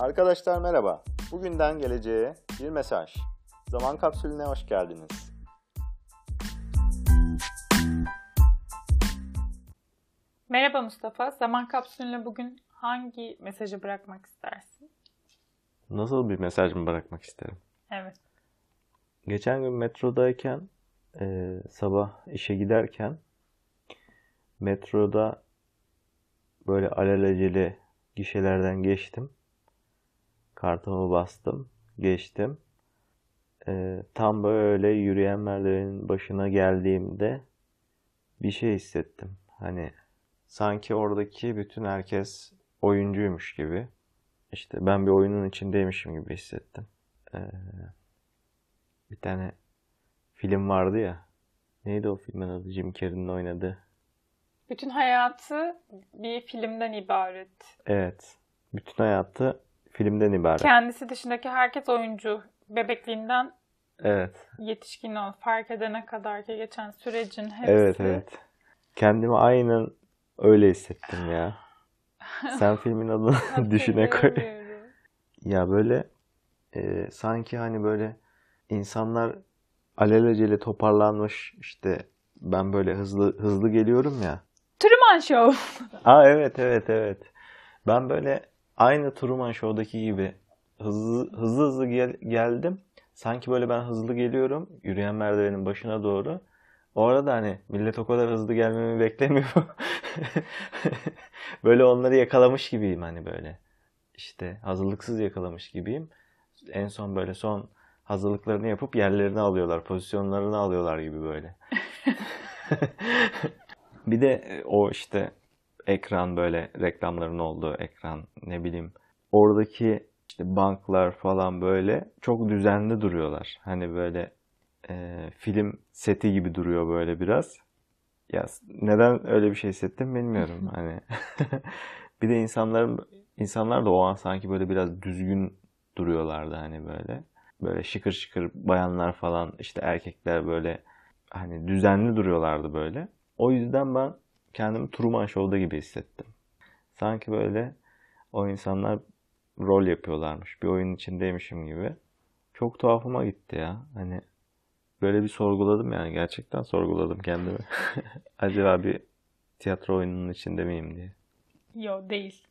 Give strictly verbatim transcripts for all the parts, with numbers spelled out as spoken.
Arkadaşlar merhaba. Bugünden geleceğe bir mesaj. Zaman kapsülüne hoş geldiniz. Merhaba Mustafa. Zaman kapsülüne bugün hangi mesajı bırakmak istersin? Nasıl bir mesaj mı bırakmak isterim? Evet. Geçen gün metrodayken, e, sabah işe giderken metroda böyle alelacele gişelerden geçtim. Kartımı bastım, geçtim. E, tam böyle yürüyen merdivenin başına geldiğimde bir şey hissettim. Hani sanki oradaki bütün herkes oyuncuymuş gibi. İşte ben bir oyunun içindeymişim gibi hissettim. Ee, bir tane film vardı ya. Neydi o filmin adı? Jim Carrey'nin oynadığı. Bütün hayatı bir filmden ibaret. Evet. Bütün hayatı filmden ibaret. Kendisi dışındaki herkes oyuncu. Bebekliğinden Evet. yetişkin ol. Fark edene kadar ki geçen sürecin hepsi. Evet evet. Kendimi aynen öyle hissettim ya. Sen filmin adını düşüne koy. Ya böyle e, sanki hani böyle insanlar alelacele toparlanmış, işte ben böyle hızlı hızlı geliyorum ya. Truman Show. Aa evet evet evet. Ben böyle aynı Truman Show'daki gibi hızlı hızlı hızlı gel- geldim. Sanki böyle ben hızlı geliyorum yürüyen merdivenin başına doğru. O arada hani millet o kadar hızlı gelmemi beklemiyor. Böyle onları yakalamış gibiyim hani böyle. İşte hazırlıksız yakalamış gibiyim. En son böyle son hazırlıklarını yapıp yerlerini alıyorlar, pozisyonlarını alıyorlar gibi böyle. Bir de o işte ekran, böyle reklamların olduğu ekran, ne bileyim oradaki işte banklar falan böyle çok düzenli duruyorlar. Hani böyle e, film seti gibi duruyor böyle biraz. Ya neden öyle bir şey hissettim bilmiyorum. Hani bir de insanların insanlar da o an sanki böyle biraz düzgün duruyorlardı hani böyle. Böyle şıkır şıkır bayanlar falan, işte erkekler böyle hani düzenli duruyorlardı böyle. O yüzden ben kendimi Truman Show'da gibi hissettim. Sanki böyle o insanlar rol yapıyorlarmış. Bir oyunun içindeymişim gibi. Çok tuhafıma gitti ya. Hani böyle bir sorguladım, yani gerçekten sorguladım kendimi. Acaba bir tiyatro oyununun içinde miyim diye. Yo değil.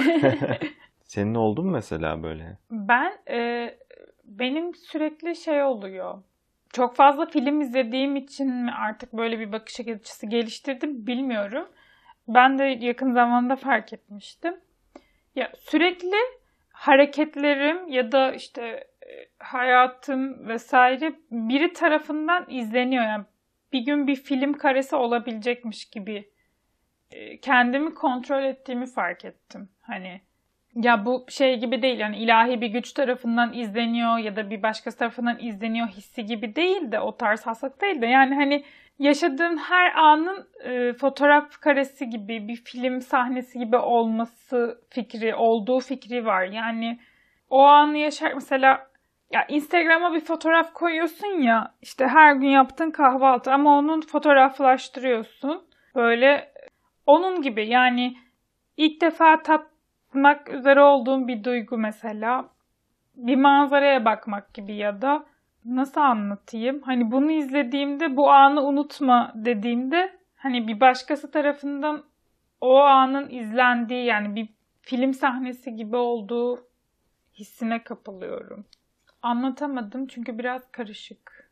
Senin oldu mu mesela böyle? Ben e, benim sürekli şey oluyor. Çok fazla film izlediğim için mi artık böyle bir bakış açısı geliştirdim bilmiyorum. Ben de yakın zamanda fark etmiştim. Ya sürekli hareketlerim ya da işte e, hayatım vesaire biri tarafından izleniyor. Yani bir gün bir film karesi olabilecekmiş gibi e, kendimi kontrol ettiğimi fark ettim. Hani ya bu şey gibi değil, yani ilahi bir güç tarafından izleniyor ya da bir başkası tarafından izleniyor hissi gibi değil de, o tarz hastalık değil de, yani hani yaşadığın her anın e, fotoğraf karesi gibi, bir film sahnesi gibi olması fikri, olduğu fikri var. Yani o anı yaşar mesela, ya Instagram'a bir fotoğraf koyuyorsun ya, işte her gün yaptığın kahvaltı, ama onun fotoğraflaştırıyorsun. Böyle onun gibi, yani ilk defa tatmak üzere olduğum bir duygu mesela. Bir manzaraya bakmak gibi ya da nasıl anlatayım? Hani bunu izlediğimde bu anı unutma dediğimde hani bir başkası tarafından o anın izlendiği, yani bir film sahnesi gibi olduğu hissine kapılıyorum. Anlatamadım çünkü biraz karışık.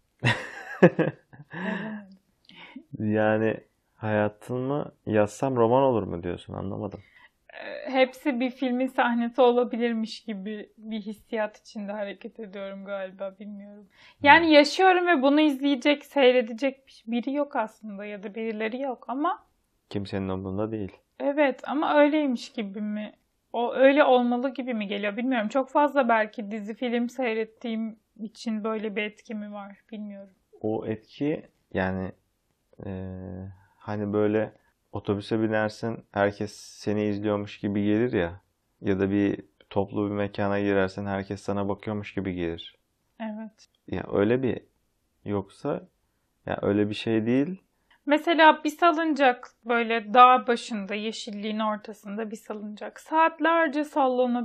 Yani hayatımı yazsam roman olur mu diyorsun, anlamadım. Hepsi bir filmin sahnesi olabilirmiş gibi bir hissiyat içinde hareket ediyorum galiba, bilmiyorum. Yani yaşıyorum ve bunu izleyecek, seyredecek biri yok aslında ya da birileri yok ama Kimsenin umurunda değil. evet, ama öyleymiş gibi mi? O öyle olmalı gibi mi geliyor bilmiyorum. Çok fazla belki dizi film seyrettiğim için böyle bir etki mi var bilmiyorum. O etki yani e, hani böyle otobüse binersin, herkes seni izliyormuş gibi gelir ya. Ya da bir toplu bir mekana girersen herkes sana bakıyormuş gibi gelir. Evet. Ya öyle bir, yoksa ya öyle bir şey değil. Mesela bir salıncak, böyle dağ başında, yeşilliğin ortasında bir salıncak. Saatlerce sallanabilirsin.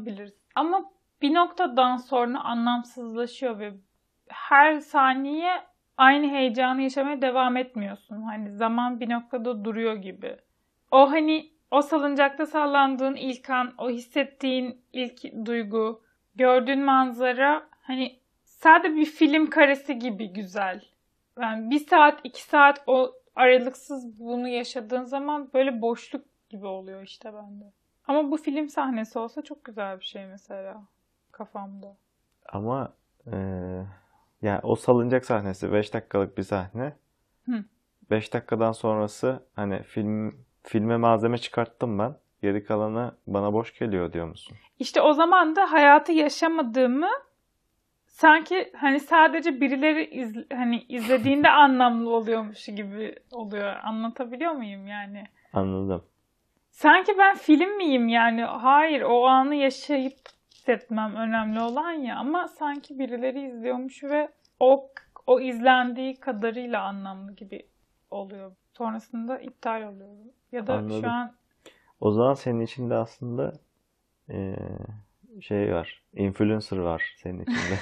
Ama bir noktadan sonra anlamsızlaşıyor ve her saniye aynı heyecanı yaşamaya devam etmiyorsun. Hani zaman bir noktada duruyor gibi. O hani o salıncakta sallandığın ilk an, o hissettiğin ilk duygu, gördüğün manzara hani sadece bir film karesi gibi güzel. Yani bir saat, iki saat o aralıksız bunu yaşadığın zaman böyle boşluk gibi oluyor işte bende. Ama bu film sahnesi olsa çok güzel bir şey mesela kafamda. Ama eee yani o salıncak sahnesi beş dakikalık bir sahne. Hı. beş dakikadan sonrası hani film filme malzeme çıkarttım ben. Geri kalanı bana boş geliyor diyor musun? İşte o zaman da hayatı yaşamadığımı sanki hani sadece birileri iz, hani izlediğinde anlamlı oluyormuş gibi oluyor. Anlatabiliyor muyum yani? Anladım. Sanki ben film miyim yani? Hayır, o anı yaşayıp hissetmem önemli olan ya. Ama sanki birileri izliyormuş ve o o izlendiği kadarıyla anlamlı gibi oluyor. Sonrasında iptal oluyorum. Ya da şu Anladım. an O zaman senin içinde aslında eee, şey var. Influencer var senin içinde.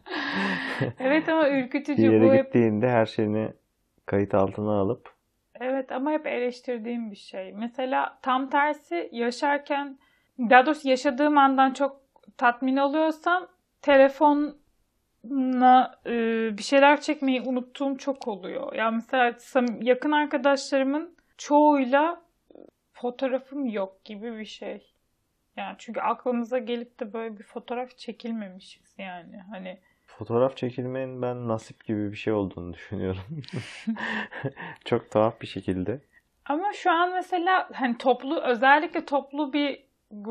evet ama Bir ürkütücü yere bu hep. gittiğinde her şeyini kayıt altına alıp Evet ama hep eleştirdiğim bir şey. Mesela tam tersi yaşarken, daha doğrusu yaşadığım andan çok tatmin oluyorsam telefonla e, bir şeyler çekmeyi unuttuğum çok oluyor. Yani mesela sam- yakın arkadaşlarımın çoğuyla fotoğrafım yok gibi bir şey. Yani çünkü aklımıza gelip de böyle bir fotoğraf çekilmemişiz yani. Hani fotoğraf çekilmenin ben nasip gibi bir şey olduğunu düşünüyorum. Çok tuhaf bir şekilde. ama şu an mesela hani toplu, özellikle toplu bir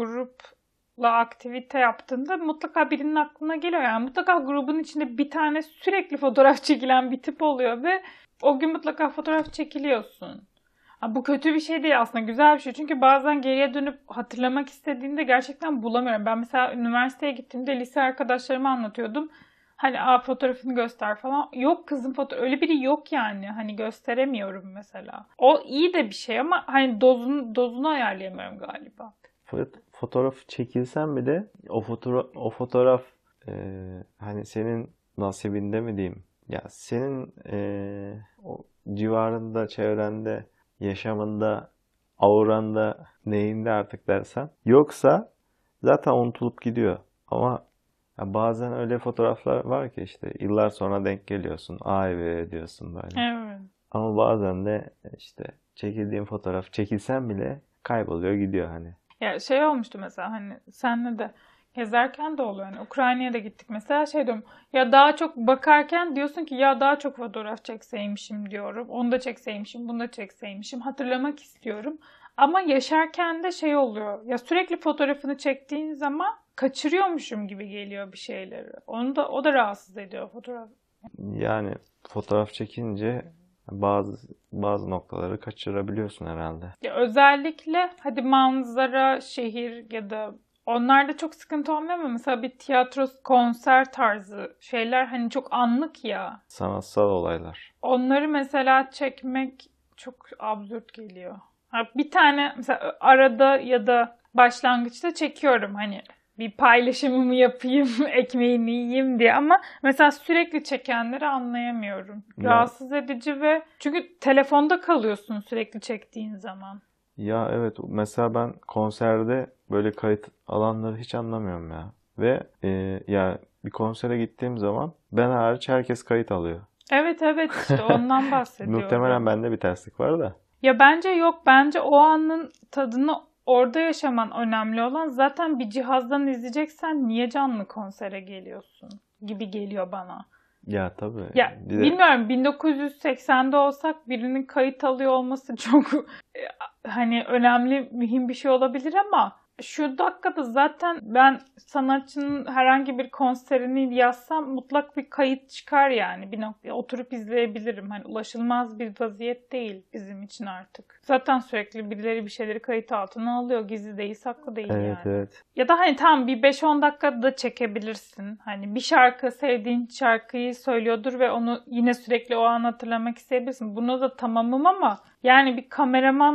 grupla aktivite yaptığında mutlaka birinin aklına geliyor. Yani mutlaka grubun içinde bir tane sürekli fotoğraf çekilen bir tip oluyor ve o gün mutlaka fotoğraf çekiliyorsun. Ha, bu kötü bir şey değil aslında, güzel bir şey. Çünkü bazen geriye dönüp hatırlamak istediğinde gerçekten bulamıyorum. Ben mesela üniversiteye gittiğimde lise arkadaşlarıma anlatıyordum. Hani a fotoğrafını göster falan. Yok kızım, foto öyle biri yok yani. Hani gösteremiyorum mesela. O iyi de bir şey ama hani dozunu, dozunu ayarlayamıyorum galiba. Fot- Fotoğraf çekilsen bile o fotoğraf o fotoğraf e, hani senin nasibinde mi diyeyim? Ya senin e, o civarında, çevrende, yaşamında, auranda, neyinde artık dersen yoksa zaten unutulup gidiyor. Ama ya bazen öyle fotoğraflar var ki işte yıllar sonra denk geliyorsun. Ay be diyorsun böyle. Evet. Ama bazen de işte çekildiğin fotoğraf çekilsen bile kayboluyor gidiyor hani. Ya şey olmuştu mesela, hani senle de gezerken de oluyor. Hani Ukrayna'ya da gittik mesela, şey diyorum ya, daha çok bakarken diyorsun ki ya daha çok fotoğraf çekseymişim diyorum. Onu da çekseymişim, bunu da çekseymişim. Hatırlamak istiyorum. Ama yaşarken de şey oluyor. Ya sürekli fotoğrafını çektiğin zaman kaçırıyormuşum gibi geliyor bir şeyleri. Onu da, o da rahatsız ediyor fotoğraf. Yani fotoğraf çekince bazı bazı noktaları kaçırabiliyorsun herhalde. Ya özellikle hadi manzara, şehir ya da onlarda çok sıkıntı olmuyor ama mesela bir tiyatro, konser tarzı şeyler hani çok anlık ya. Sanatsal olaylar. Onları mesela çekmek çok absürt geliyor. Ha, bir tane mesela arada ya da başlangıçta çekiyorum hani bir paylaşımımı yapayım, ekmeğimi yiyeyim diye, ama mesela sürekli çekenleri anlayamıyorum. Ya Rahatsız edici ve çünkü telefonda kalıyorsun sürekli çektiğin zaman. ya evet mesela ben konserde böyle kayıt alanları hiç anlamıyorum ya. Ve e, ya bir konsere gittiğim zaman ben hariç herkes kayıt alıyor. Evet evet, işte ondan Muhtemelen bahsediyorum. bende bir terslik var da. Ya bence yok, bence o anın tadını orada yaşaman önemli olan. Zaten bir cihazdan izleyeceksen niye canlı konsere geliyorsun gibi geliyor bana. Ya tabii Ya bir de bilmiyorum, bin dokuz yüz seksende olsak birinin kayıt alıyor olması çok e, hani önemli, mühim bir şey olabilir ama şu dakikada zaten ben sanatçının herhangi bir konserini yazsam mutlak bir kayıt çıkar yani. Bir noktaya oturup izleyebilirim. Hani ulaşılmaz bir vaziyet değil bizim için artık. Zaten sürekli birileri bir şeyleri kayıt altına alıyor. Gizli değil, saklı değil evet yani. evet. Ya da hani tam bir beş on dakikada da çekebilirsin. Hani bir şarkı, sevdiğin şarkıyı söylüyordur ve onu yine sürekli o an hatırlamak isteyebilirsin. Buna da tamamım ama yani bir kameraman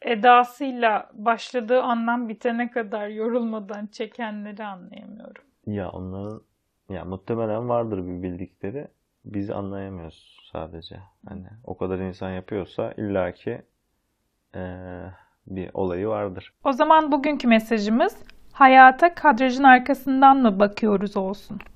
edasıyla başladığı andan bitene kadar yorulmadan çekenleri anlayamıyorum. Ya onların ya muhtemelen vardır bir bildikleri. Biz anlayamıyoruz sadece. Hani o kadar insan yapıyorsa illaki eee, bir olayı vardır. O zaman bugünkü mesajımız hayata kadrajın arkasından mı bakıyoruz olsun.